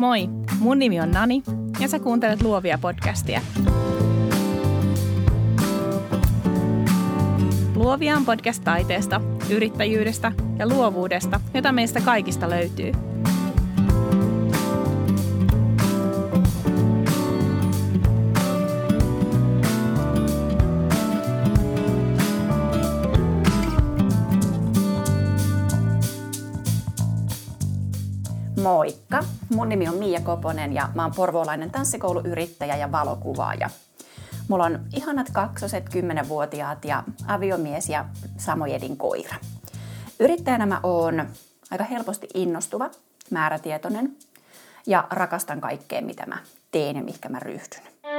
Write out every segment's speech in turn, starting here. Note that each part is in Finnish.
Moi, mun nimi on Nani ja sä kuuntelet Luovia podcastia. Luovia on podcast taiteesta, yrittäjyydestä ja luovuudesta, jota meistä kaikista löytyy. Moikka! Mun nimi on Miia Koponen ja mä oon porvoolainen tanssikouluyrittäjä ja valokuvaaja. Mulla on ihanat kaksoset 10-vuotiaat ja aviomies ja samojedin koira. Yrittäjänä mä oon aika helposti innostuva, määrätietoinen ja rakastan kaikkea, mitä mä teen ja mihinkä mä ryhdyn.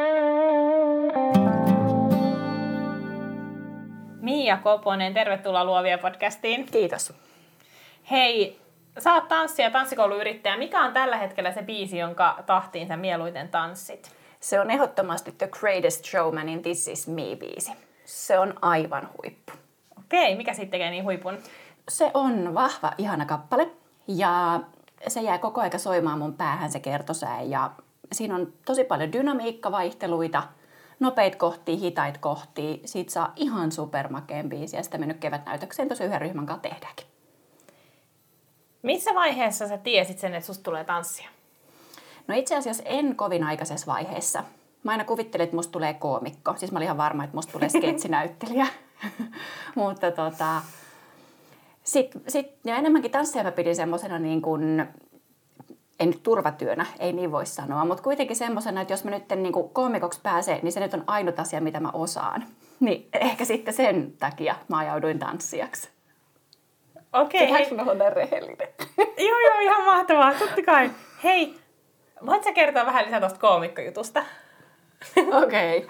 Miia Koponen, tervetuloa Luovia podcastiin. Kiitos. Hei, sä oot tanssia ja tanssikouluyrittäjä. Mikä on tällä hetkellä se biisi, jonka tahtiin sä mieluiten tanssit? Se on ehdottomasti The Greatest Showmanin This Is Me-biisi. Se on aivan huippu. Okei, mikä sitten tekee niin huipun? Se on vahva, ihana kappale ja se jää koko aika soimaan mun päähän se kertosää ja siinä on tosi paljon dynamiikkavaihteluita, nopeita kohtia, hitait kohtia. Siitä saa ihan supermakeen biisi ja sitä me nyt kevätnäytökseen tosi yhden ryhmän kanssa tehdäänkin. Missä vaiheessa sä tiesit sen, että susta tulee tanssia? No itse asiassa en kovin aikaisessa vaiheessa. Mä aina kuvittelin, että musta tulee koomikko. Siis mä olin ihan varma, että musta tulee sketsinäyttelijä. Mutta ja enemmänkin tanssia mä pidin semmosena niin kuin, ei nyt turvatyönä, ei niin voi sanoa, mutta kuitenkin semmosena, että jos mä nyt niin kuin koomikoksi pääsen, niin se nyt on ainut asia, mitä mä osaan. Niin ehkä sitten sen takia mä ajauduin tanssijaksi. Okei. Tehdäänkö mä olen rehellinen? Joo, ihan mahtavaa, totta kai. Hei, voit sä kertoa vähän lisää tuosta koomikkojutusta? Okei.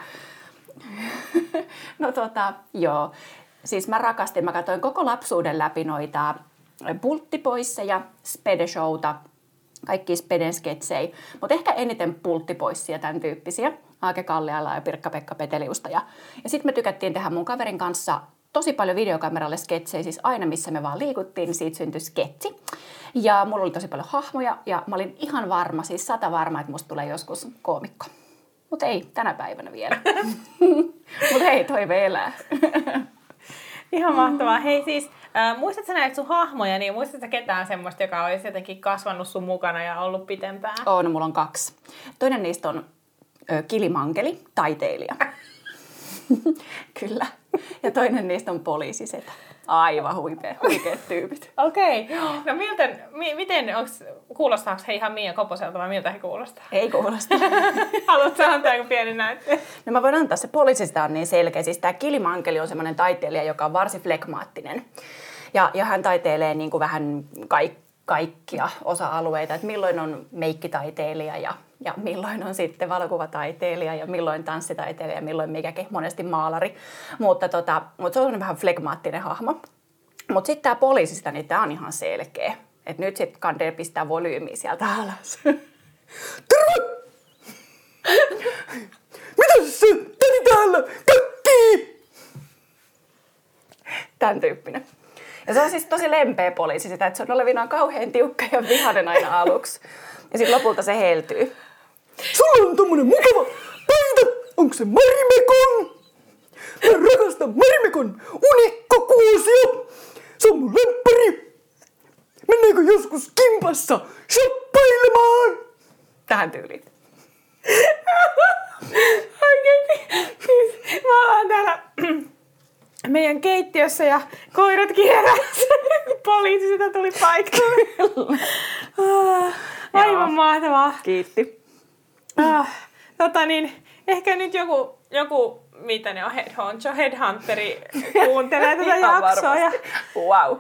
No joo. Siis mä katsoin koko lapsuuden läpi noita Pulttipoisseja, Spede-showta, kaikkia Speden sketsejä, mutta ehkä eniten Pulttipoissia, tämän tyyppisiä, Aake Kalliala ja Pirkka-Pekka Peteliusta. Ja sitten me tykättiin tehdä mun kaverin kanssa tosi paljon videokameralle sketsejä, siis aina missä me vaan liikuttiin, niin siitä syntyi sketsi. Ja mulla oli tosi paljon hahmoja ja mä olin ihan varma, siis 100 varma, että musta tulee joskus koomikko. Mutta ei tänä päivänä vielä. Mutta hei, toive elää. Ihan mahtavaa. Hei siis, muistatko sä näitä sun hahmoja, niin muistatko ketään semmoista, joka olisi jotenkin kasvanut sun mukana ja ollut pitempään? No mulla on 2. Toinen niistä on Kilimankeli, taiteilija. Kyllä. Ja toinen niistä on poliisisetä. Aivan huikeat tyypit. Okei. No miten kuulostaako he ihan Miia Koposelta vai miltä he kuulostaa? Ei kuulosta. Haluatko antaa joku pieni näyttö? No mä voin antaa, se poliisista on niin selkeä. Siis tää Kilimankeli on semmoinen taiteilija, joka on varsin flegmaattinen. Ja hän taiteilee niin kuin vähän kaikkia osa-alueita. Että milloin on meikkitaiteilija ja milloin on sitten valokuvataiteilija ja milloin tanssitaiteilija ja milloin mikäkin, monesti maalari. Mutta se on vähän flegmaattinen hahmo. Mutta sitten tämä poliisista, niin tämä on ihan selkeä. Että nyt sitten kandee pistää volyymiä sieltä alas. Terve! Mitäs se teni täällä? Kakki! Tän tyyppinen. Ja se on siis tosi lempeä poliisi sitä, että se on olevinaan kauhean tiukka ja vihainen aina aluksi. Ja sitten lopulta se heltyy. Sulla on tommonen mukava paita! Onko se Marimekon? Mä rakastan Marimekon unikkokuusio! Se on mun lemppari! Mennäänkö joskus kimpassa shoppailemaan? Tähän tyyliin. Oikeesti. Siis mä ollaan täällä meidän keittiössä ja koirat kierrässä. Poliisi sitä tuli paikalle. Aivan mahtavaa. Kiitti. Ehkä nyt joku mitä ne on, Headhunteri kuuntelee tätä jaksoa. Ja Wow.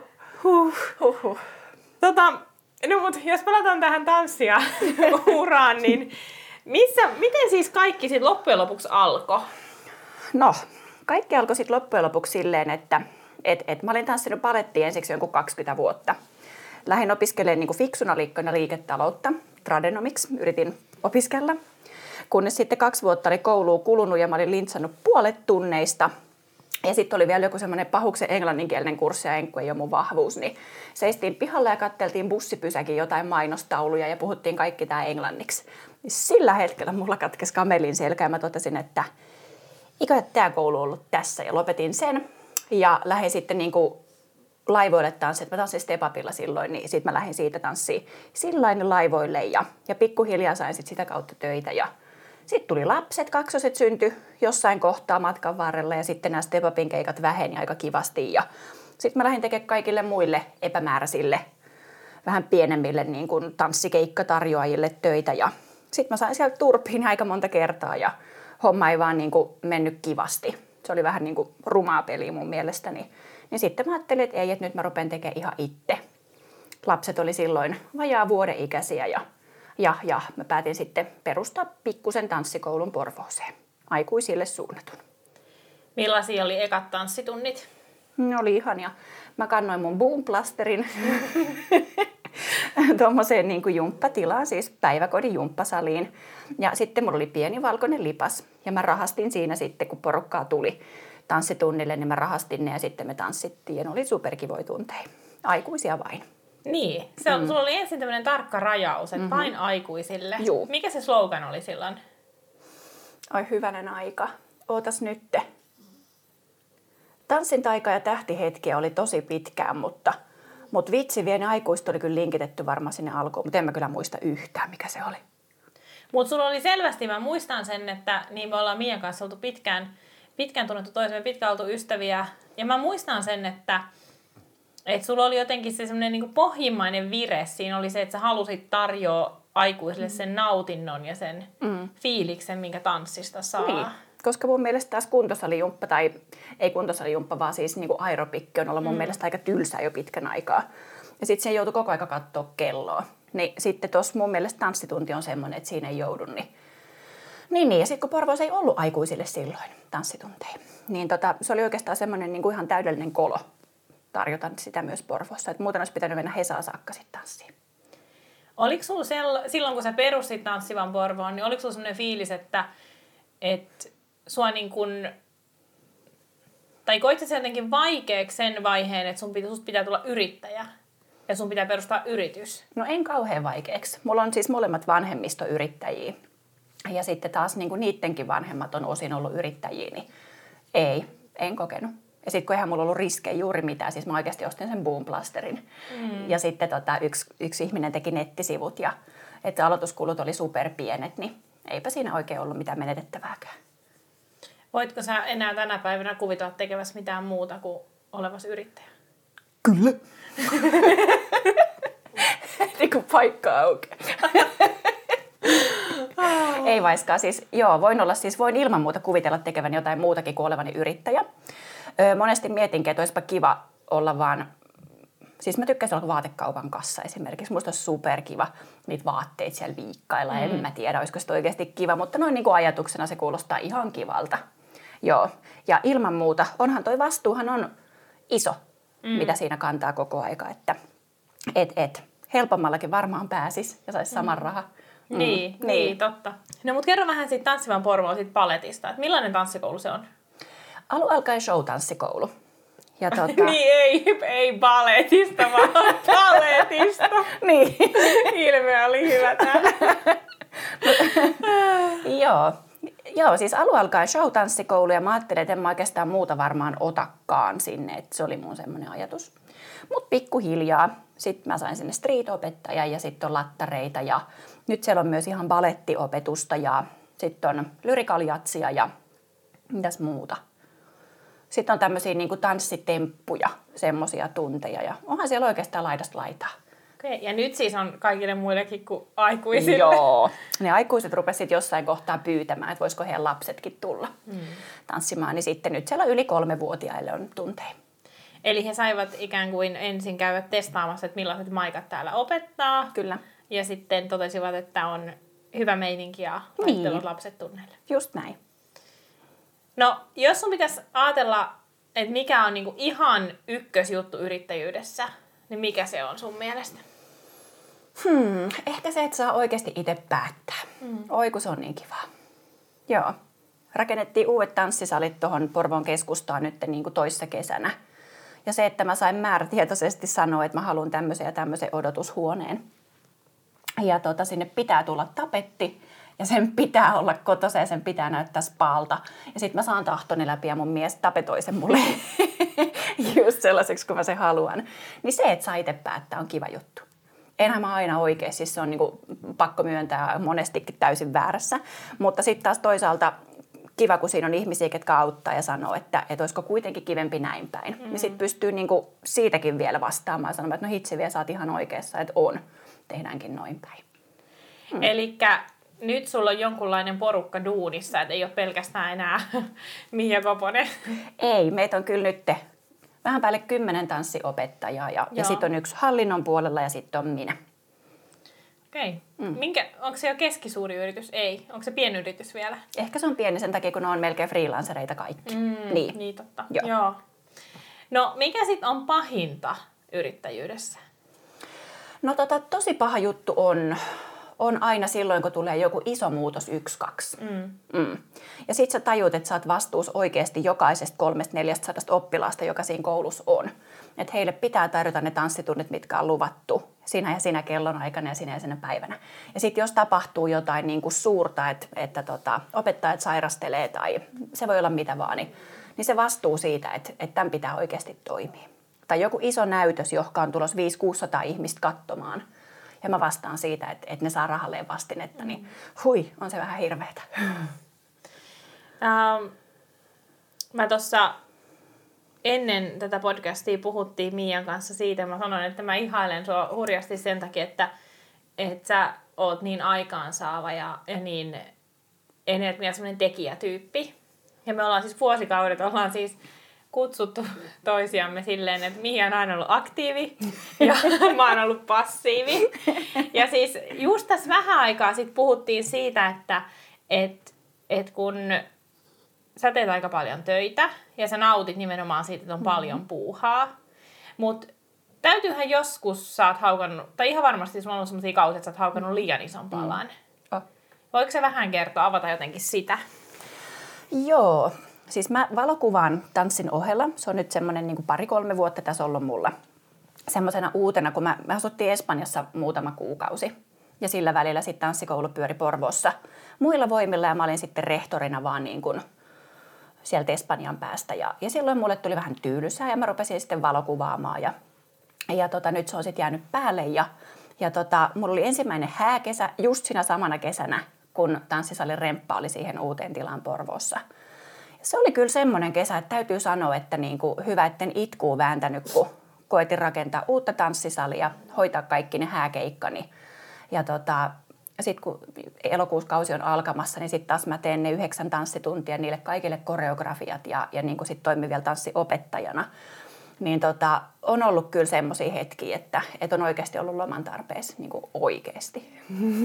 No mut jos palataan tähän tanssia uraan, niin miten siis kaikki sit loppujen lopuksi alkoi? No, kaikki alkoi sitten loppujen lopuksi silleen, että mä olin tanssinut balettia ensiksi jonkun 20 vuotta. Lähdin opiskelemaan niin kuin fiksuna liikkona liiketaloutta, tradenomiksi, yritin opiskella. Kunnes sitten 2 vuotta oli kouluun kulunut ja mä olin lintsannut puolet tunneista Ja sitten oli vielä joku semmoinen pahuksen englanninkielinen kurssi, ja enkku ei ole mun vahvuus, niin seistiin pihalla ja katteltiin bussipysäkin jotain mainostauluja ja puhuttiin kaikki tää englanniksi. Sillä hetkellä mulla katkesi kamelin selkä ja mä totesin, että eikö tämä koulu ollut tässä, ja lopetin sen. Ja lähdin sitten niinku laivoille tanssiin, mä tanssin step-upilla silloin, niin sitten mä lähdin siitä tanssiin sillain laivoille ja pikkuhiljaa sain sit sitä kautta töitä. Ja sitten tuli lapset, kaksoset syntyi jossain kohtaa matkan varrella ja sitten nämä step-upin keikat väheni aika kivasti. Ja sitten mä lähdin tekemään kaikille muille epämääräisille, vähän pienemmille niin kuin tanssikeikkatarjoajille töitä. Ja sitten mä sain sieltä turpiin aika monta kertaa ja homma ei vaan niin kuin mennyt kivasti. Se oli vähän niin kuin rumaa peliä mun mielestäni. Niin sitten mä ajattelin, että ei, että nyt mä rupean tekemään ihan itse. Lapset oli silloin vajaa vuoden ikäisiä ja mä päätin sitten perustaa pikkusen tanssikoulun Porvooseen. Aikuisille suunnatun. Millaisia oli ekat tanssitunnit? Ne oli ihania. Mä kannoin mun boomplasterin tuommoiseen niin kuin jumppatilaan, siis päiväkodin jumppasaliin. Ja sitten mulla oli pieni valkoinen lipas. Ja mä rahastin siinä sitten, kun porukkaa tuli tanssitunnille, niin mä rahastin ne ja sitten me tanssittiin. Ja ne oli superkivoja tunteja. Aikuisia vain. Niin. Sulla oli ensin tämmöinen tarkka rajaus, että vain aikuisille. Juu. Mikä se slogan oli silloin? Ai hyvänen aika. Ootas nytte. Tanssin taika ja tähtihetkiä oli tosi pitkään, mutta vitsi vielä ne aikuiset oli kyllä linkitetty varmaan sinne alkuun, mutta en mä kyllä muista yhtään, mikä se oli. Mutta sulla oli selvästi, mä muistan sen, että niin me ollaan Mian kanssa oltu pitkään tunnettu toisemme, pitkään oltu ystäviä. Ja mä muistan sen, että sulla oli jotenkin se semmoinen niinku pohjimmainen vire. Siinä oli se, että sä halusit tarjoa aikuisille sen nautinnon ja sen fiiliksen, minkä tanssista saa. Niin, koska mun mielestä taas kuntosalijumppa, tai ei kuntosalijumppa, vaan siis niinku aerobikki on ollut mun mielestä aika tylsää jo pitkän aikaa. Ja sitten se joutui koko aika katsoa kelloa. Niin sitten tuossa mun mielestä tanssitunti on semmoinen, että siinä ei joudu. Niin. Ja sitten kun Porvoossa ei ollut aikuisille silloin tanssitunteja, niin se oli oikeastaan semmoinen niinku ihan täydellinen kolo tarjota sitä myös Porvoossa. Et muuten olisi pitänyt mennä Hesaan saakka sitten tanssiin. Oliko sulla silloin, kun sä perustit Tanssivan Porvoon, niin oliko sulla semmoinen fiilis, että sua niin kuin, tai koit sä jotenkin vaikeaksi sen vaiheen, että susta pitää tulla yrittäjä ja sun pitää perustaa yritys? No en kauhean vaikeaksi. Mulla on siis molemmat vanhemmistoyrittäjiä. Ja sitten taas niin kuin niidenkin vanhemmat on osin ollut yrittäjiä, niin en kokenut. Ja sitten kun eihän mulla ollut riskejä juuri mitään, siis mä oikeasti ostin sen boomplasterin. Ja sitten yksi ihminen teki nettisivut ja että aloituskulut oli superpienet, niin eipä siinä oikein ollut mitään menetettävääkään. Voitko sä enää tänä päivänä kuvitella tekevässä mitään muuta kuin olevasi yrittäjä? Kyllä. Niin kuin paikka auki. Ei vaiskaan. Siis, voin ilman muuta kuvitella tekevän jotain muutakin kuin olevani yrittäjä. Monesti mietinkin, että olisipa kiva olla vaan, siis mä tykkäisin olla vaatekaupan kassa esimerkiksi. Musta olisi superkiva niitä vaatteita siellä viikkailla. En mä tiedä, olisiko se oikeasti kiva, mutta noin niin kuin ajatuksena se kuulostaa ihan kivalta. Joo. Ja ilman muuta, vastuuhan on iso, mitä siinä kantaa koko aika, että helpommallakin varmaan pääsis ja saisi saman rahan. Niin, totta. No mut kerro vähän siitä Tanssivan Porvoon siitä paletista, että millainen tanssikoulu se on? Alun alkaen show-tanssikoulu. Ja niin, ei baletista, vaan paletista. Niin. Ilme oli hyvä täällä. Joo, siis alun alkaen show-tanssikoulu ja mä ajattelin, että en mä oikeastaan muuta varmaan otakaan sinne, että se oli mun semmoinen ajatus. Mut pikkuhiljaa sitten mä sain sinne street-opettajan ja sitten on lattareita ja nyt siellä on myös ihan balettiopetusta ja sitten on lyrikaljatsia ja mitäs muuta. Sitten on tämmöisiä niin kuin tanssitemppuja, semmoisia tunteja ja onhan siellä oikeastaan laidasta laitaa. Okei, ja nyt siis on kaikille muillekin kuin aikuisille. Joo, ne aikuiset rupesivat jossain kohtaa pyytämään, että voisiko heidän lapsetkin tulla tanssimaan, niin sitten nyt siellä yli 3-vuotiaille on tunteja. Eli he saivat ikään kuin ensin käydä testaamassa, että millaiset maikat täällä opettaa. Kyllä. Ja sitten totesivat, että on hyvä meininki ja laittelevat lapset tunneille. Just näin. No, jos sun pitäisi ajatella, että mikä on niinku ihan ykkösjuttu yrittäjyydessä, niin mikä se on sun mielestä? Ehkä se, että saa oikeasti itse päättää. Oi, kun se on niin kivaa. Joo. Rakennettiin uudet tanssisalit tuohon Porvoon keskustaan nyt niin kuin toissa kesänä. Ja se, että mä sain määrätietoisesti sanoa, että mä haluan tämmöisen ja tämmöisen odotushuoneen. Ja sinne pitää tulla tapetti ja sen pitää olla kotoisa ja sen pitää näyttää spaalta. Ja sitten mä saan tahtoni läpi ja mun mies tapetoi sen mulle just sellaiseksi, kun mä sen haluan. Niin se, että saa itse päättää, on kiva juttu. Enhän mä aina oikein, siis se on niinku pakko myöntää monestikin täysin väärässä. Mutta sitten taas toisaalta kiva, kun siinä on ihmisiä, ketkä auttaa ja sanoo, että olisiko kuitenkin kivempi näin päin. Niin sitten pystyy niinku siitäkin vielä vastaamaan ja sanomaan, että no hitsi vielä, sä oot ihan oikeassa, että on. Tehdäänkin noin päin. Elikkä nyt sulla on jonkunlainen porukka duunissa, että ei ole pelkästään enää Mia Koponen. Ei, meitä on kyllä nyt vähän päälle 10 tanssiopettajaa ja sitten on yksi hallinnon puolella ja sitten on minä. Okei. Onko se jo keskisuuri yritys? Ei. Onko se pienyritys vielä? Ehkä se on pieni sen takia, kun ne on melkein freelancereita kaikki. Niin totta. Joo. No, mikä sitten on pahinta yrittäjyydessä? No tosi paha juttu on aina silloin, kun tulee joku iso muutos 1-2. Ja sit sä tajuut, että sä oot vastuus oikeasti jokaisesta 300-400 oppilaasta, joka siinä koulussa on. Että heille pitää tarjota ne tanssitunnit, mitkä on luvattu sinä ja sinä kellonaikana ja sinä ja sinä päivänä. Ja sitten jos tapahtuu jotain niin kuin suurta, että opettajat sairastelee tai se voi olla mitä vaan, niin se vastuu siitä, että tämän pitää oikeasti toimia. Tai joku iso näytös, johon on tulossa 500-600 ihmistä katsomaan. Ja mä vastaan siitä, että ne saa rahalleen vastinetta, niin on se vähän hirveetä. Mä tuossa ennen tätä podcastia puhuttiin Mian kanssa siitä, mä sanoin, että mä ihailen sua hurjasti sen takia, että sä oot niin aikaansaava ja niin semmoinen tekijätyyppi. Ja me ollaan siis vuosikaudet, kutsuttu toisiamme silleen, että Mia on aina ollut aktiivi ja mä oon ollut passiivi. Ja siis just tässä vähän aikaa sitten puhuttiin siitä, että kun sä teet aika paljon töitä ja sä nautit nimenomaan siitä, että on paljon puuhaa, mutta täytyyhän joskus sä oot haukannut, tai ihan varmasti sulla on ollut sellaisia kausia, että sä oot haukannut liian ison palan. Voiko sä vähän kertoa, avata jotenkin sitä? Joo. Siis mä valokuvaan tanssin ohella. Se on nyt semmoinen niin 2-3 vuotta tässä ollut mulla. Semmoisena uutena, kun me asuttiin Espanjassa muutama kuukausi. Ja sillä välillä sitten tanssikoulu pyöri Porvoossa muilla voimilla. Ja mä olin sitten rehtorina vaan niin kuin sieltä Espanjan päästä. Ja silloin mulle tuli vähän tyylysää ja mä rupesin sitten valokuvaamaan. Ja nyt se on sitten jäänyt päälle. Ja mulla oli ensimmäinen hääkesä just siinä samana kesänä, kun tanssisalin remppa oli siihen uuteen tilaan Porvoossa. Se oli kyllä semmoinen kesä, että täytyy sanoa, että niinku hyvä, etten itkuu vääntänyt, kun koetin rakentaa uutta tanssisalia, hoitaa kaikki ne hääkeikkani. Ja sitten kun elokuuskausi on alkamassa, niin sitten taas mä teen ne 9 tanssituntia, niille kaikille koreografiat ja niinku sit toimin vielä tanssiopettajana. Niin on ollut kyllä semmoisia hetkiä, että on oikeasti ollut loman tarpeessa, niinku oikeasti.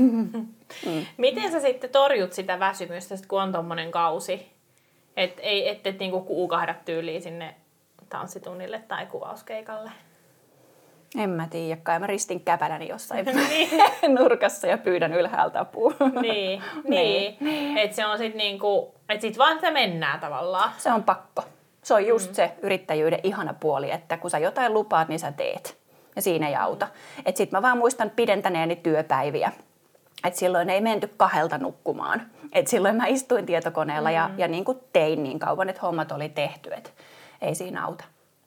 Miten sä sitten torjut sitä väsymystä, kun on tommonen kausi? Että et niinku kuukahda tyyliin sinne tanssitunnille tai kuvauskeikalle. En mä tiedä, kai mä ristin käpäläni jossain nurkassa ja pyydän ylhäältä apua. Niin. Että se on sit niinku, että sit vaan se mennään tavallaan. Se on pakko. Se on just se yrittäjyyden ihana puoli, että kun sä jotain lupaat, niin sä teet. Ja siinä ei auta. Että sit mä vaan muistan pidentäneeni työpäiviä. Että silloin ei menty 2 nukkumaan. Että silloin mä istuin tietokoneella ja niin kuin tein niin kauan, että hommat oli tehty. Että ei siinä auta.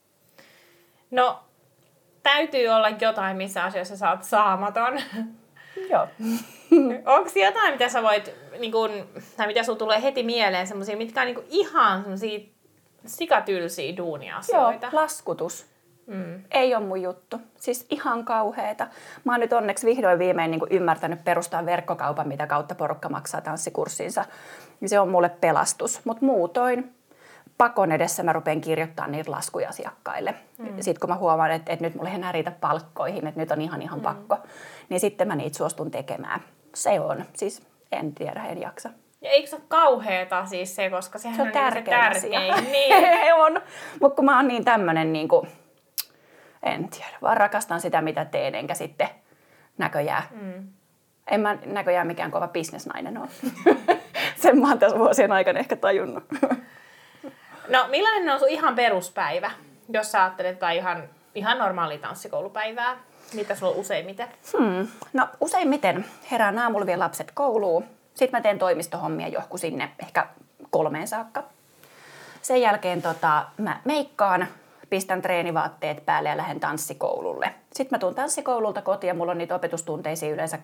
No, täytyy olla jotain, missä asioissa sä oot saamaton. Joo. Onko jotain, mitä sä voit, niin kun, tai mitä sulla tulee heti mieleen, semmosia, mitkä on niin kun ihan semmosia sikatylsiä duunia-asioita? Joo, laskutus. Ei ole mun juttu. Siis ihan kauheeta. Mä oon nyt onneksi vihdoin viimein niin kuin ymmärtänyt perustaa verkkokaupan, mitä kautta porukka maksaa tanssikurssinsa. Se on mulle pelastus. Mutta muutoin pakon edessä mä rupean kirjoittamaan niitä laskuja asiakkaille. Sitten kun mä huomaan, että nyt mulle ei enää riitä palkkoihin, että nyt on ihan pakko, niin sitten mä niitä suostun tekemään. Se on. Siis en tiedä, en jaksa. Ja eikö se ole kauheeta siis se, koska sehän se on tärkein asia. Niin. On. Mutta kun mä oon niin tämmönen niinku, en tiedä, vaan rakastan sitä, mitä teen, enkä sitten näköjään. En mä näköjään mikään kova bisnesnainen ole. Sen mä oon tässä vuosien aikana ehkä tajunnut. No millainen on sun ihan peruspäivä, jos sä ajattelet tai ihan normaalia tanssikoulupäivää? Mitä sulla on useimmiten? No useimmiten herään aamulla vielä lapset kouluun. Sitten mä teen toimistohommia johku sinne ehkä 3 saakka. Sen jälkeen mä meikkaan, pistän treenivaatteet päälle ja lähden tanssikoululle. Sitten mä tuun tanssikoululta kotiin ja mulla on niitä opetustunteisia yleensä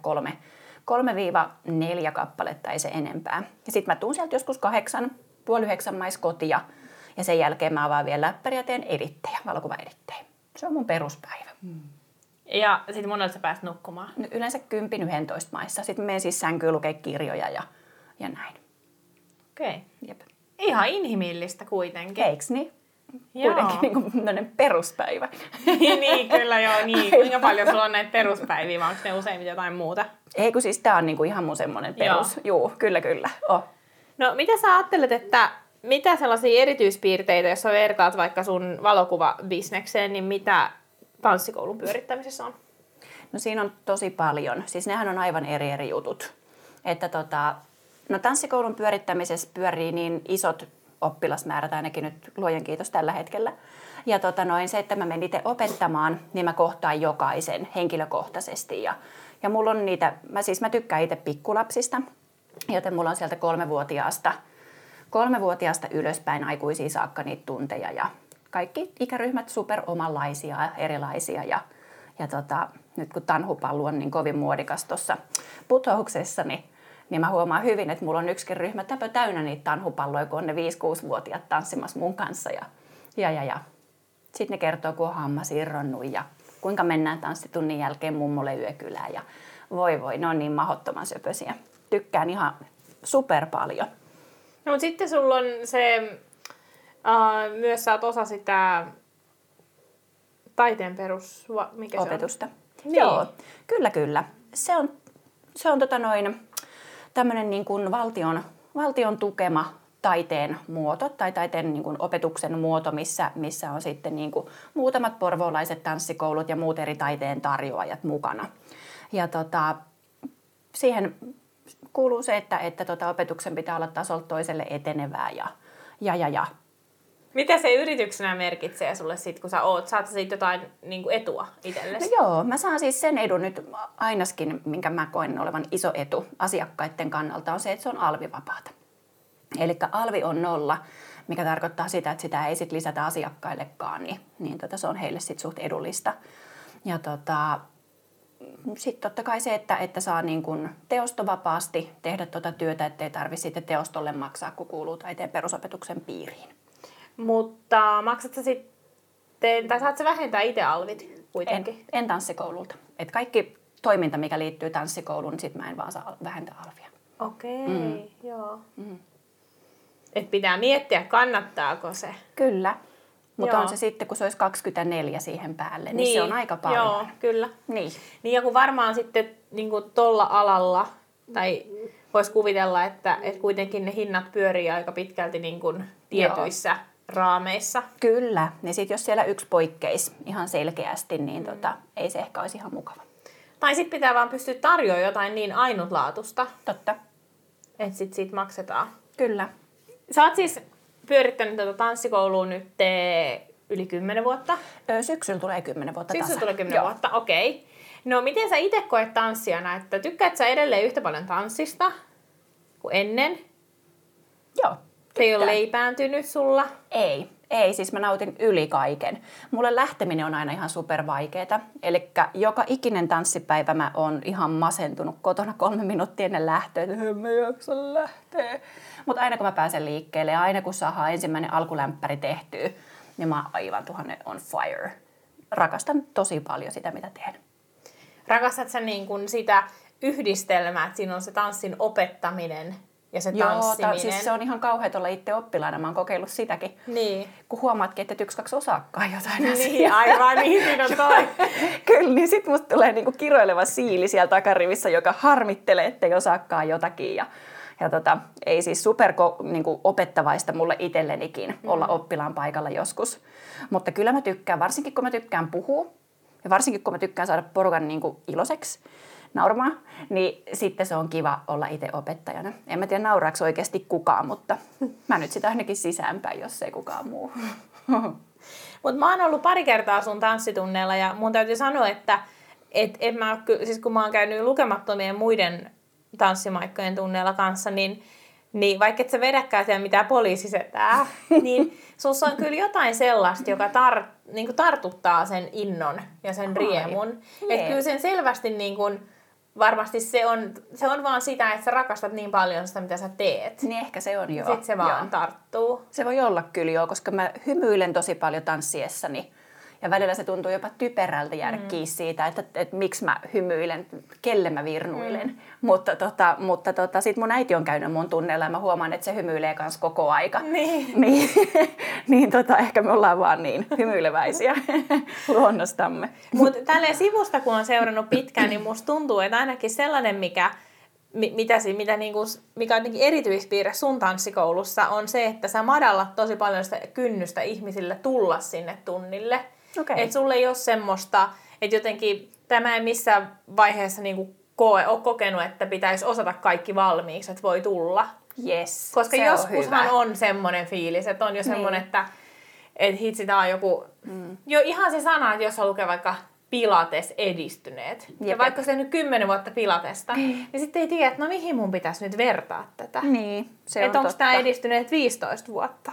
3-4 kappaletta, ei se enempää. Ja sitten mä tuun sieltä joskus 8, puoli 9 mais kotia ja sen jälkeen mä avaan vielä läppäri ja teen edittejä, valokuvaedittejä. Se on mun peruspäivä. Ja sitten monelta sä pääset nukkumaan? Yleensä 10-11 maissa. Sitten menen siis sänkyyn lukee kirjoja ja näin. Okei. Jep. Ihan inhimillistä kuitenkin. Eiks niin? Joo. Kuitenkin niin peruspäivä. Niin, kyllä joo. Niin. Kuinka paljon sulla on näitä peruspäiviä, vai onko ne useimmiten jotain muuta? Ei kun siis tää on niinku ihan mun semmonen perus. Juu, kyllä. Oh. No mitä sä ajattelet, että mitä sellaisia erityispiirteitä, jos sä vertaat vaikka sun valokuvabisnekseen, niin mitä tanssikoulun pyörittämisessä on? No siinä on tosi paljon. Siis nehän on aivan eri jutut. Että no tanssikoulun pyörittämisessä pyörii niin isot oppilasmäärät ainakin nyt luojan kiitos tällä hetkellä. Ja se, että mä menen itse opettamaan, niin mä kohtaan jokaisen henkilökohtaisesti. Ja mulla on niitä, mä tykkään itse pikkulapsista, joten mulla on sieltä 3-vuotiaasta ylöspäin aikuisiin saakka niitä tunteja. Ja kaikki ikäryhmät super omanlaisia, erilaisia. Ja nyt kun tanhupallu on niin kovin muodikas tuossa putouksessa, niin mä huomaan hyvin, että mulla on yksikin ryhmä täynnä niitä tanhupalloja, kun on ne 5-6-vuotiaat tanssimassa mun kanssa. Ja. Sitten ne kertoo, kun on hammas irronnut ja kuinka mennään tanssitunnin jälkeen mummolle yökylään. Ja voi, ne on niin mahdottoman söpösiä. Tykkään ihan super paljon. No mutta sitten sulla on se, myös sä oot osa sitä taiteen mikä opetusta. Se on? Niin. Joo, kyllä. Se on tämmöinen niin kuin valtion tukema taiteen muoto tai taiteen niin kuin opetuksen muoto, missä on sitten niin kuin muutamat porvoolaiset tanssikoulut ja muut eri taiteen tarjoajat mukana. Ja siihen kuuluu se, että opetuksen pitää olla tasolta toiselle etenevää ja. Mitä se yrityksenä merkitsee sulle sit, kun saat siitä jotain niin kuin etua itsellesi? No joo, mä saan siis sen edun nyt ainakin, minkä mä koen olevan iso etu asiakkaiden kannalta, on se, että se on alvivapaata. Eli alvi on 0, mikä tarkoittaa sitä, että sitä ei sit lisätä asiakkaillekaan, niin se on heille sit suht edullista. Ja sitten totta kai se, että saa niin kun teostovapaasti tehdä työtä, ettei tarvitse sitten teostolle maksaa, kun kuuluu taiteen perusopetuksen piiriin. Mutta maksat sä sitten, tai saat sä vähentää itse alvit kuitenkin? En tanssikoululta. Et kaikki toiminta, mikä liittyy tanssikouluun, niin sit mä en vaan saa vähentää alvia. Okei, joo. Et pitää miettiä, kannattaako se. Kyllä. Mutta on se sitten, kun se olisi 24 siihen päälle, niin se on aika paljon. Joo, kyllä. Niin ja kun varmaan sitten niin tuolla alalla, tai voisi kuvitella, että kuitenkin ne hinnat pyörii aika pitkälti niin kuin tietyissä raameissa. Kyllä. Niin sitten jos siellä yksi poikkeisi ihan selkeästi, niin ei se ehkä olisi ihan mukava. Tai sitten pitää vaan pystyä tarjoamaan jotain niin ainutlaatusta. Totta. Että sitten siitä maksetaan. Kyllä. Sä oot siis pyörittänyt tanssikoulua nyt yli 10 vuotta? Syksyllä tulee 10 vuotta tasan. Syksyllä tulee 10 vuotta, okei. No miten sä itse koet tanssijana, että tykkäät sä edelleen yhtä paljon tanssista kuin ennen? Joo. Se ei ole leipääntynyt sulla? Ei, siis mä nautin yli kaiken. Mulle lähteminen on aina ihan supervaikeeta. Elikkä joka ikinen tanssipäivä mä oon ihan masentunut kotona 3 minuuttia ennen lähtöä, että en mä jaksa lähteä. Mutta aina kun mä pääsen liikkeelle ja aina kun saadaan ensimmäinen alkulämpäri tehtyä, niin mä oon aivan on fire. Rakastan tosi paljon sitä, mitä teen. Rakastat sä niin kun sitä yhdistelmää, että siinä on se tanssin opettaminen ja se tanssiminen? Siis se on ihan kauheat olla itse oppilaana. Mä oon kokeillut sitäkin. Niin. Kun huomaatkin, että 1-2 osaakaan jotain niin, aivan niin, siinä on toi. Kyllä, niin sit musta tulee niinku kiroileva siili siellä takarivissä, joka harmittelee, ettei osaakaan jotakin. Ja ei siis niinku opettavaista mulle itsellenikin olla oppilaan paikalla joskus. Mutta kyllä mä tykkään, varsinkin kun mä tykkään puhua ja varsinkin kun mä tykkään saada porukan niinku iloiseksi, nauramaan, niin sitten se on kiva olla itse opettajana. En mä tiedä nauraako oikeasti kukaan, mutta mä nyt sitä ainakin sisäänpäin, jos ei kukaan muu. Mutta mä oon ollut pari kertaa sun tanssitunneilla ja mun täytyy sanoa, että siis kun mä oon käynyt lukemattomien muiden tanssimaikkojen tunneilla kanssa, niin vaikka et sä vedäkään siellä mitään poliisisetää, niin sussa on kyllä jotain sellaista, joka niinku tartuttaa sen innon ja sen riemun. Että kyllä sen selvästi niinku, varmasti se on vaan sitä, että sä rakastat niin paljon sitä, mitä sä teet. Niin ehkä se on joo. Sitten se vaan tarttuu. Se voi olla kyllä joo, koska mä hymyilen tosi paljon tanssiessani. Ja välillä se tuntuu jopa typerältä jäädä kiinni siitä, että miksi mä hymyilen, kelle mä virnuilen. Mutta sit mun äiti on käynyt mun tunneilla ja mä huomaan, että se hymyilee kans koko aika. Niin ehkä me ollaan vaan niin hymyileväisiä luonnostamme. Mutta tälleen sivusta, kun on seurannut pitkään, niin musta tuntuu, että ainakin sellainen, mikä on jotenkin erityispiirre sun tanssikoulussa, on se, että sä madallat tosi paljon sitä kynnystä ihmisille tulla sinne tunnille. Okay. Että sulle ei ole semmoista, että jotenkin tämä ei missään vaiheessa ole kokenut, että pitäisi osata kaikki valmiiksi, että voi tulla. Yes, koska joskushan on semmoinen fiilis, että on jo semmoinen, että hitsi, tää on joku, jo ihan se sana, että jos on lukee vaikka pilates edistyneet. Ja vaikka se nyt 10 vuotta pilatesta, niin sitten ei tiedä, että no mihin mun pitäisi nyt vertaa tätä. Niin, se on että onko tämä edistyneet 15 vuotta.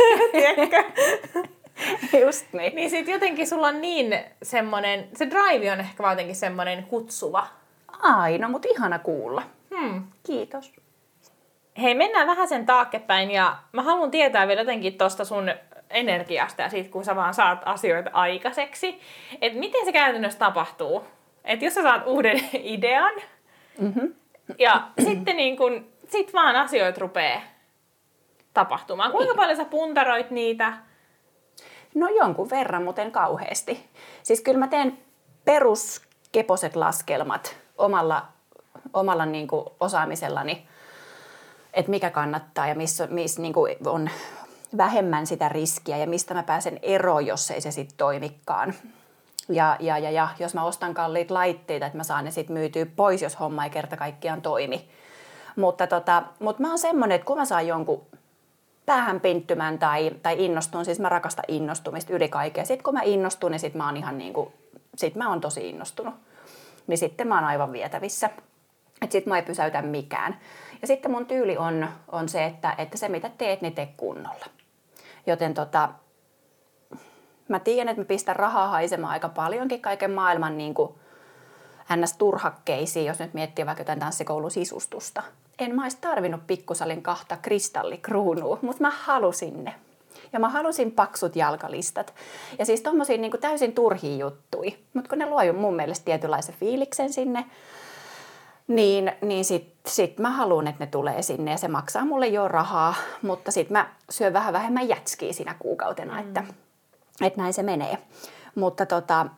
Just niin. Niin sit jotenkin sulla on niin semmonen, se drive on ehkä jotenkin semmonen kutsuva. Aina, mutta ihana kuulla. Kiitos. Hei, mennään vähän sen taaksepäin ja mä haluan tietää vielä jotenkin tosta sun energiasta ja siitä, kun sä vaan saat asioita aikaiseksi. Että miten se käytännössä tapahtuu? Että jos sä saat uuden idean ja sitten sit vaan asioita rupeaa tapahtumaan. Kuinka paljon sä puntaroit niitä? No jonkun verran, mutta en kauheasti. Siis kyllä mä teen peruskeposet laskelmat omalla osaamisellani, että mikä kannattaa ja missä on vähemmän sitä riskiä ja mistä mä pääsen eroon, jos ei se sitten toimikaan. Ja jos mä ostan kalliit laitteita, että mä saan ne sitten myytyä pois, jos homma ei kerta kaikkiaan toimi. Mutta mä oon semmonen, että kun mä saan jonkun päähän pinttymään tai innostun, siis mä rakastan innostumista yli kaikkea. Sitten kun mä innostun, niin sit mä oon ihan sit mä oon tosi innostunut. Niin sitten mä oon aivan vietävissä. Että sit mä ei pysäytä mikään. Ja sitten mun tyyli on se, että se mitä teet, niin tee kunnolla. Joten mä tiedän, että mä pistän rahaa haisemaan aika paljonkin kaiken maailman NS-turhakkeisiin, jos nyt miettii vaikka jotain tanssikoulun sisustusta. En mä olisi tarvinnut pikkusalin 2 kristallikruunua, mutta mä halusin ne. Ja mä halusin paksut jalkalistat. Ja siis tommosia täysin turhia juttui. Mutta kun ne luo mun mielestä tietynlaisen fiiliksen sinne, niin sit mä haluan, että ne tulee sinne. Ja se maksaa mulle jo rahaa, mutta sit mä syön vähän vähemmän jätskiä siinä kuukautena, että näin se menee. Mutta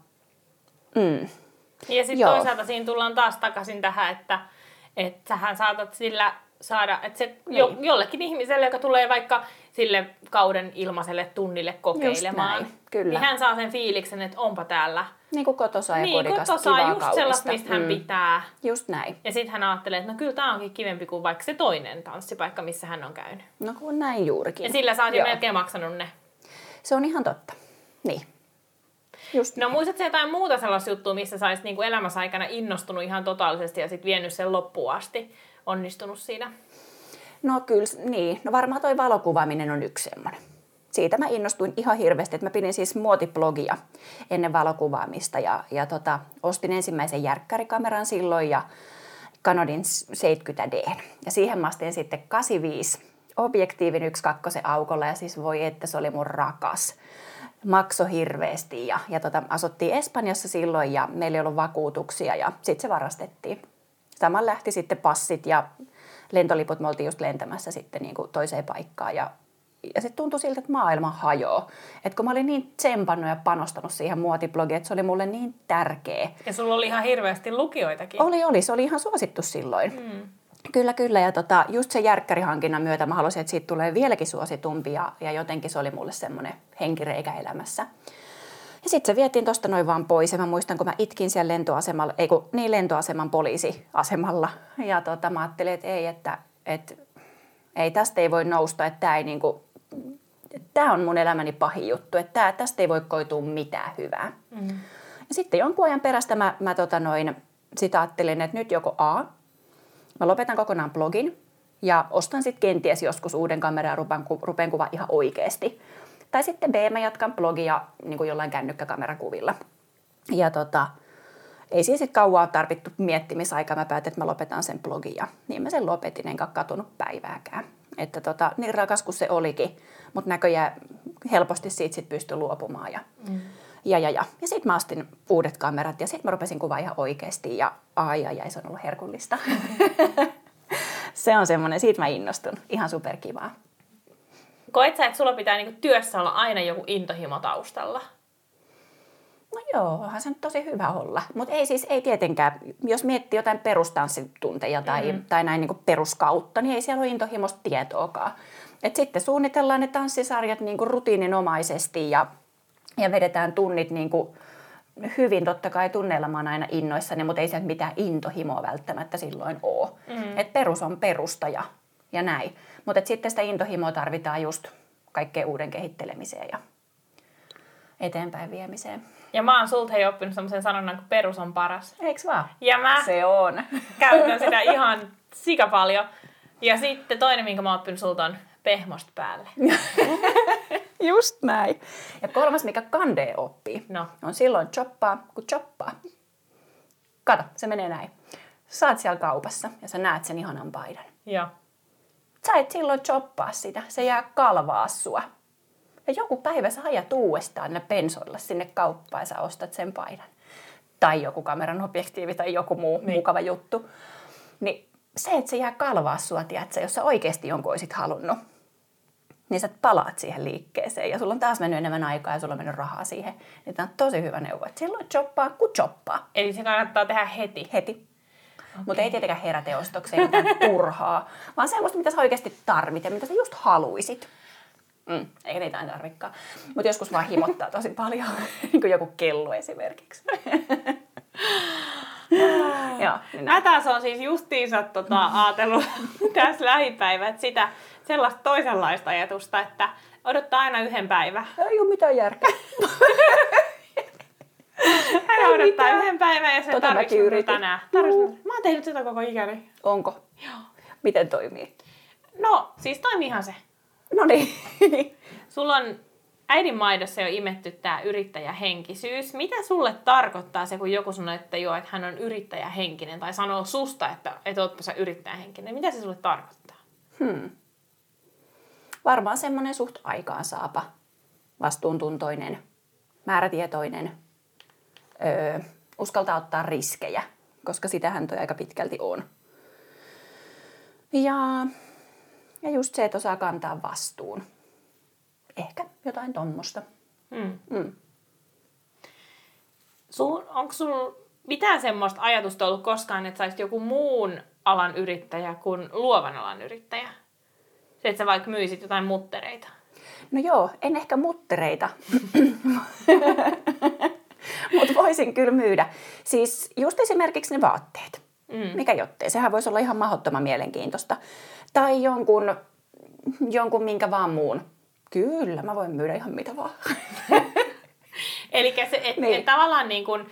Ja sitten toisaalta siinä tullaan taas takaisin tähän, että sähän saatat sillä saada, että se jollekin ihmiselle, joka tulee vaikka sille kauden ilmaiselle tunnille kokeilemaan, kyllä. Niin hän saa sen fiiliksen, että onpa täällä. Niin kuin kotosaa ja kodikasta, kivaa, just sellaista, mistä hän pitää. Just näin. Ja sitten hän ajattelee, että no kyllä tämä onkin kivempi kuin vaikka se toinen tanssipaikka, missä hän on käynyt. No kun näin juurikin. Ja sillä sä oot jo melkein maksanut ne. Se on ihan totta. Niin. Just no muistatko jotain muuta sellaista juttua, missä sä olisit elämässä aikana innostunut ihan totaalisesti ja sitten vienyt sen loppuun asti, onnistunut siinä? No kyllä, niin. No varmaan toi valokuvaaminen on yksi semmoinen. Siitä mä innostuin ihan hirveästi, että mä pidin siis muotiblogia ennen valokuvaamista ja ostin ensimmäisen järkkärikameran silloin ja Canonin 70D. Ja siihen mä astin sitten 85 objektiivin 1.2 aukolla ja siis voi että se oli mun rakas. Maksoi hirveästi ja asuttiin Espanjassa silloin ja meillä ei ollut vakuutuksia ja sitten se varastettiin. Saman lähti sitten passit ja lentoliput, me oltiin just lentämässä sitten toiseen paikkaan ja sitten tuntui siltä, että maailma hajoaa. Että kun mä olin niin tsempannut ja panostanut siihen muotiblogiin, että se oli mulle niin tärkeä. Ja sulla oli ihan hirveästi lukijoitakin. Oli. Se oli ihan suosittu silloin. Kyllä. Ja just se järkkärihankinnan myötä mä halusin, että siitä tulee vieläkin suositumpi ja jotenkin se oli mulle semmoinen henkireikä elämässä. Ja sitten se vietiin tosta noin vaan pois. Ja mä muistan, kun mä itkin siellä lentoasemalla, lentoaseman poliisiasemalla. Ja mä ajattelin, että ei, tästä ei voi nousta, että tämä on mun elämäni pahin juttu, että tästä ei voi koitua mitään hyvää. Ja sitten jonkun ajan perästä mä sitä ajattelin, että nyt joko A, mä lopetan kokonaan blogin ja ostan sitten kenties joskus uuden kameran ja rupean kuvaa ihan oikeasti. Tai sitten B, mä jatkan blogia niin kuin jollain kännykkäkamerakuvilla. Ja ei siis sitten kauaa tarvittu miettimisaikaa. Mä päätin, että mä lopetan sen blogin ja niin mä sen lopetin, enkä katunut päivääkään. Että niin rakas kuin se olikin, mutta näköjään helposti siitä sit pystyi luopumaan. Ja sitten mä astin uudet kamerat ja sitten mä rupesin kuvaa ihan oikeasti ja se on ollut herkullista. Se on semmoinen, siitä mä innostun. Ihan superkivaa. Koet sä, että sulla pitää niinku työssä olla aina joku intohimo taustalla? No joo, onhan se nyt tosi hyvä olla. Mutta ei tietenkään, jos miettii jotain perustanssitunteja tai näin niinku peruskautta, niin ei siellä ole intohimosta tietoakaan. Et sitten suunnitellaan ne tanssisarjat niinku rutiininomaisesti ja vedetään tunnit niinku hyvin. Totta kai tunneilla mä oon aina innoissani, mutta ei se mitään intohimoa välttämättä silloin ole. Et perus on perusta ja näin. Mutta sitten sitä intohimoa tarvitaan just kaikkeen uuden kehittelemiseen ja eteenpäin viemiseen. Ja mä oon sulta oppinut semmoisen sanonnan, kun perus on paras. Eiks vaan? Ja mä se on. Käytän sitä ihan sikapaljon. Ja sitten toinen, minkä mä oon oppinut sulta, on pehmosta päälle. Just näin. Ja kolmas, mikä kandee oppii, on silloin choppaa, kun choppaa. Kato, se menee näin. Saat siellä kaupassa ja sä näet sen ihanan paidan. Joo. Sä et silloin choppaa sitä, se jää kalvaa sua. Ja joku päivä sä ajat uudestaan ne pensoilla sinne kauppaan ja sä ostat sen paidan. Tai joku kameran objektiivi tai joku muu mukava juttu. Niin se, että se jää kalvaa sua, tiedätkö, jos sä oikeasti jonkun olisit halunnut, niin sä palaat siihen liikkeeseen. Ja sulla on taas mennyt enemmän aikaa ja sulla on mennyt rahaa siihen. Niin tämä on tosi hyvä neuvo, että silloin choppaa, kun choppaa. Eli se kannattaa tehdä heti? Heti. Okay. Mutta ei tietenkään heräteostokseen mitään turhaa, vaan semmoista, mitä sä oikeasti tarvitset, mitä sä just haluisit. Eikä niitä aina tarvikaan. Mutta joskus vaan himottaa tosi paljon, niin kuin joku kello esimerkiksi. Mä taas on siis justiinsa ajatellut tässä lähipäivät sitä sellaista toisenlaista ajatusta, että odottaa aina yhden päivän. Ei ole mitään järkeä. Hän odottaa yhden päivän ja se tarvitsee tänään. Mä oon tehnyt sitä koko ikäni. Onko? Joo. Miten toimii? No, siis toimiihan se. No niin. Sulla on äidin maidossa jo imetty tää yrittäjähenkisyys. Mitä sulle tarkoittaa se, kun joku sanoo, että joo, että hän on yrittäjähenkinen, tai sanoo susta, että ootpa sä yrittäjähenkinen? Mitä se sulle tarkoittaa? Varmaan semmoinen suht aikaansaapa, vastuuntuntoinen, määrätietoinen, uskaltaa ottaa riskejä, koska sitähän toi aika pitkälti on. Ja just se, että osaa kantaa vastuun. Ehkä jotain tommosta. Onko sulla mitään semmoista ajatusta ollut koskaan, että sä olisit joku muun alan yrittäjä kuin luovan alan yrittäjä? Se, että sä vaikka myisit jotain muttereita. No joo, en ehkä muttereita, mutta voisin kyllä myydä. Siis just esimerkiksi ne vaatteet. Mikä jottei, sehän voisi olla ihan mahdottoman mielenkiintoista. Tai jonkun minkä vaan muun. Kyllä, mä voin myydä ihan mitä vaan. Eli et tavallaan niin kuin,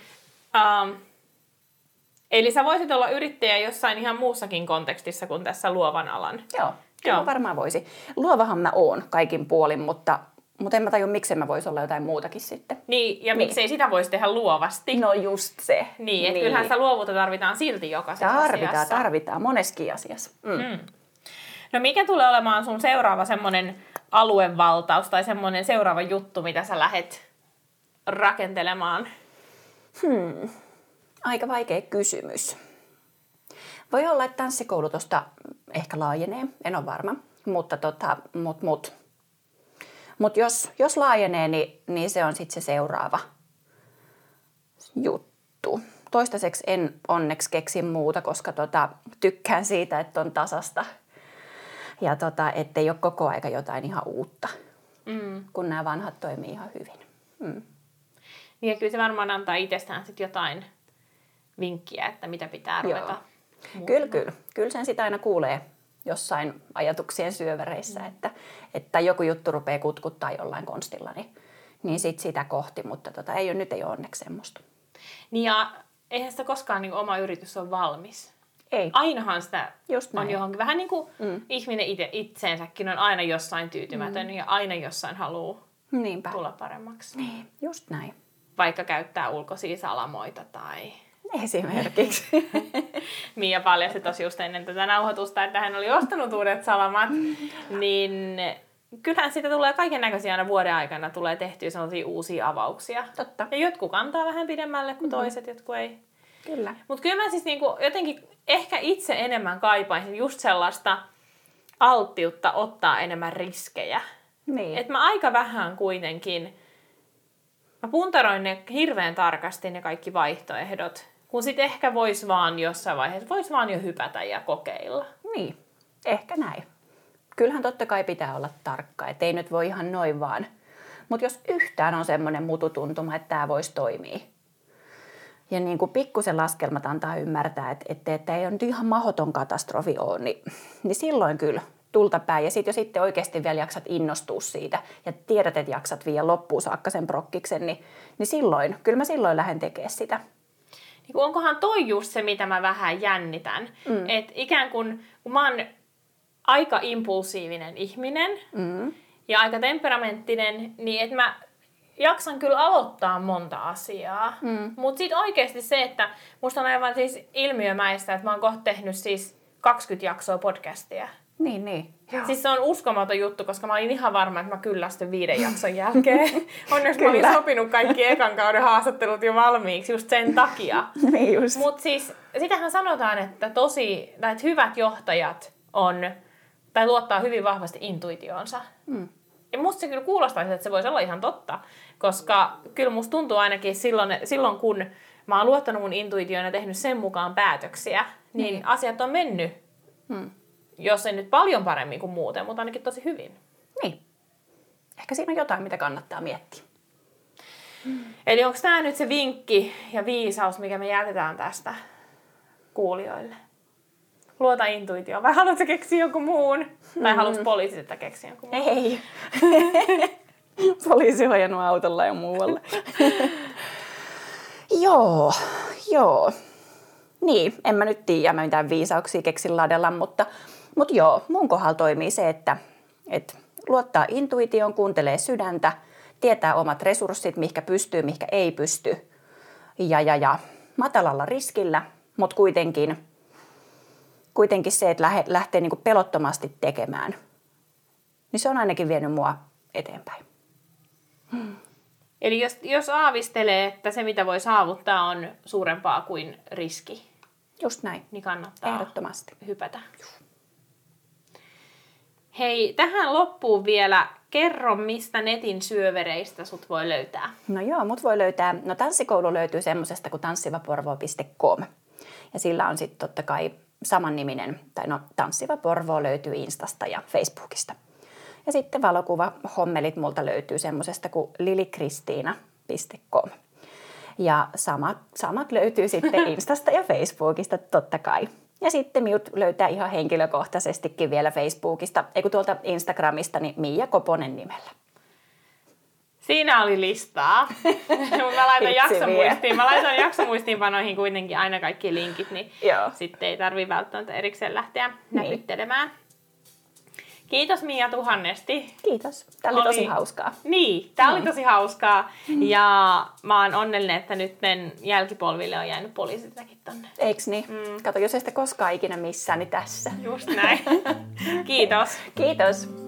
eli sä voisit olla yrittäjä jossain ihan muussakin kontekstissa kuin tässä luovan alan. Joo, varmaan voisi. Luovahan mä oon kaikin puolin, mutta en mä tajua, miksi mä voisi olla jotain muutakin sitten. Niin, ja miksei sitä voisi tehdä luovasti. No just se. Niin, että kyllähän sitä luovuutta tarvitaan silti jokaisessa asiassa. Tarvitaan moneskin asiassa. No mikä tulee olemaan sun seuraava semmoinen aluevaltaus tai semmoinen seuraava juttu, mitä sä lähet rakentelemaan? Aika vaikea kysymys. Voi olla, että tanssikoulu tosta ehkä laajenee, en ole varma, mutta jos laajenee, niin se on sitten se seuraava juttu. Toistaiseksi en onneksi keksi muuta, koska tykkään siitä, että on tasasta ja ettei ole koko aika jotain ihan uutta, kun nämä vanhat toimii ihan hyvin. Niin ja kyllä se varmaan antaa itsestään sit jotain vinkkiä, että mitä pitää ruveta. Kyllä sen sitä aina kuulee jossain ajatuksien syövereissä, että joku juttu rupeaa kutkuttaa jollain konstilla, niin sit sitä kohti, mutta nyt ei ole onneksi semmoista. Niin ja eihän sitä koskaan niin oma yritys ole valmis. Ei. Ainahan sitä on johonkin. Vähän niin kuin ihminen itseensäkin on aina jossain tyytymätön ja aina jossain haluaa tulla paremmaksi. Niin, just näin. Vaikka käyttää ulkoisia salamoita tai... Esimerkiksi. Mia paljasti tosi just ennen tätä nauhoitusta, että hän oli ostanut uudet salamat. Niin kyllähän siitä tulee kaiken näköisiä aina vuoden aikana tulee tehtyä sellaisia uusia avauksia. Totta. Ja jotkut kantaa vähän pidemmälle kuin toiset, jotkut ei. Kyllä. Mutta kyllä mä siis niinku jotenkin ehkä itse enemmän kaipaisin just sellaista alttiutta ottaa enemmän riskejä. Niin. Et mä aika vähän kuitenkin, mä puntaroin ne hirveän tarkasti ne kaikki vaihtoehdot, kun sit ehkä vois vaan jossain vaiheessa, vois vaan jo hypätä ja kokeilla. Niin, ehkä näin. Kyllähän totta kai pitää olla tarkka, ettei nyt voi ihan noin vaan. Mutta jos yhtään on semmoinen mututuntuma, että tämä voisi toimia. Ja niin kuin pikkusen laskelmat antaa ymmärtää, että ei ole nyt ihan mahdoton katastrofi ole, niin silloin kyllä tulta päin. Ja sitten oikeasti vielä jaksat innostua siitä ja tiedät, että jaksat viedä loppuun saakka sen prokkiksen, niin kyllä mä silloin lähden tekemään sitä. Niin onkohan toi just se, mitä mä vähän jännitän. Että ikään kuin, kun mä oon aika impulsiivinen ihminen ja aika temperamenttinen, niin että mä jaksan kyllä aloittaa monta asiaa. Mutta sitten oikeasti se, että musta on aivan siis ilmiömäistä, että mä oon kohta tehnyt siis 20 jaksoa podcastia. Niin. Joo. Siis se on uskomaton juttu, koska mä olin ihan varma, että mä kyllästyn 5 jakson jälkeen. Onneksi mä olin sopinut kaikki ekan kauden haastattelut jo valmiiksi just sen takia. Niin just. Mutta siis sitähän sanotaan, että hyvät johtajat luottaa hyvin vahvasti intuitioonsa. Ja musta se kyllä kuulostaisi, että se voisi olla ihan totta, koska kyllä musta tuntuu ainakin silloin kun mä oon luottanut mun intuitioon ja tehnyt sen mukaan päätöksiä, niin asiat on mennyt, jos ei nyt paljon paremmin kuin muuten, mutta ainakin tosi hyvin. Niin. Ehkä siinä on jotain, mitä kannattaa miettiä. Eli onko tämä nyt se vinkki ja viisaus, mikä me jätetään tästä kuulijoille? Luota intuitioon. Vai haluatko keksiä jonkun muun? Tai haluatko poliisit, että keksiä jonkun muun? Ei. Poliisi on ajanut autolla ja muualle. Joo. Niin, en mä nyt tiedä, mä mitään viisauksia keksin ladella, mutta joo, mun kohdalla toimii se, että luottaa intuitioon, kuuntelee sydäntä, tietää omat resurssit, mihinkä pystyy, mihinkä ei pysty. Ja matalalla riskillä, mutta kuitenkin se, että lähtee niin kuin pelottomasti tekemään, niin se on ainakin vienyt mua eteenpäin. Eli jos aavistelee, että se mitä voi saavuttaa on suurempaa kuin riski, just näin. Niin kannattaa ehdottomasti hypätä. Hei, tähän loppuun vielä kerro, mistä netin syövereistä sut voi löytää. No joo, mut voi löytää, tanssikoulu löytyy semmosesta kuin tanssivaporvoo.com. Ja sillä on sitten totta kai samanniminen, Tanssiva Porvoo löytyy Instasta ja Facebookista. Ja sitten valokuvahommelit multa löytyy semmosesta kuin lilikristiina.com. Ja samat löytyy sitten Instasta ja Facebookista totta kai. Ja sitten minut löytää ihan henkilökohtaisestikin vielä Facebookista, tuolta Instagramista, niin Mia Koponen nimellä. Siinä oli listaa. Mä laitan jaksomuistiinpanoihin kuitenkin aina kaikki linkit, niin sitten ei tarvitse välttämättä erikseen lähteä näpyttelemään. Kiitos Mia tuhannesti. Kiitos. Tämä oli tosi hauskaa. Niin, tämä oli tosi hauskaa. Ja mä oon onnellinen, että nyt jälkipolville on jäänyt poliisitakin tonne. Eiks niin? Kato, jos ei sitä koskaan ikinä missään, niin tässä. Just näin. Kiitos. Kiitos.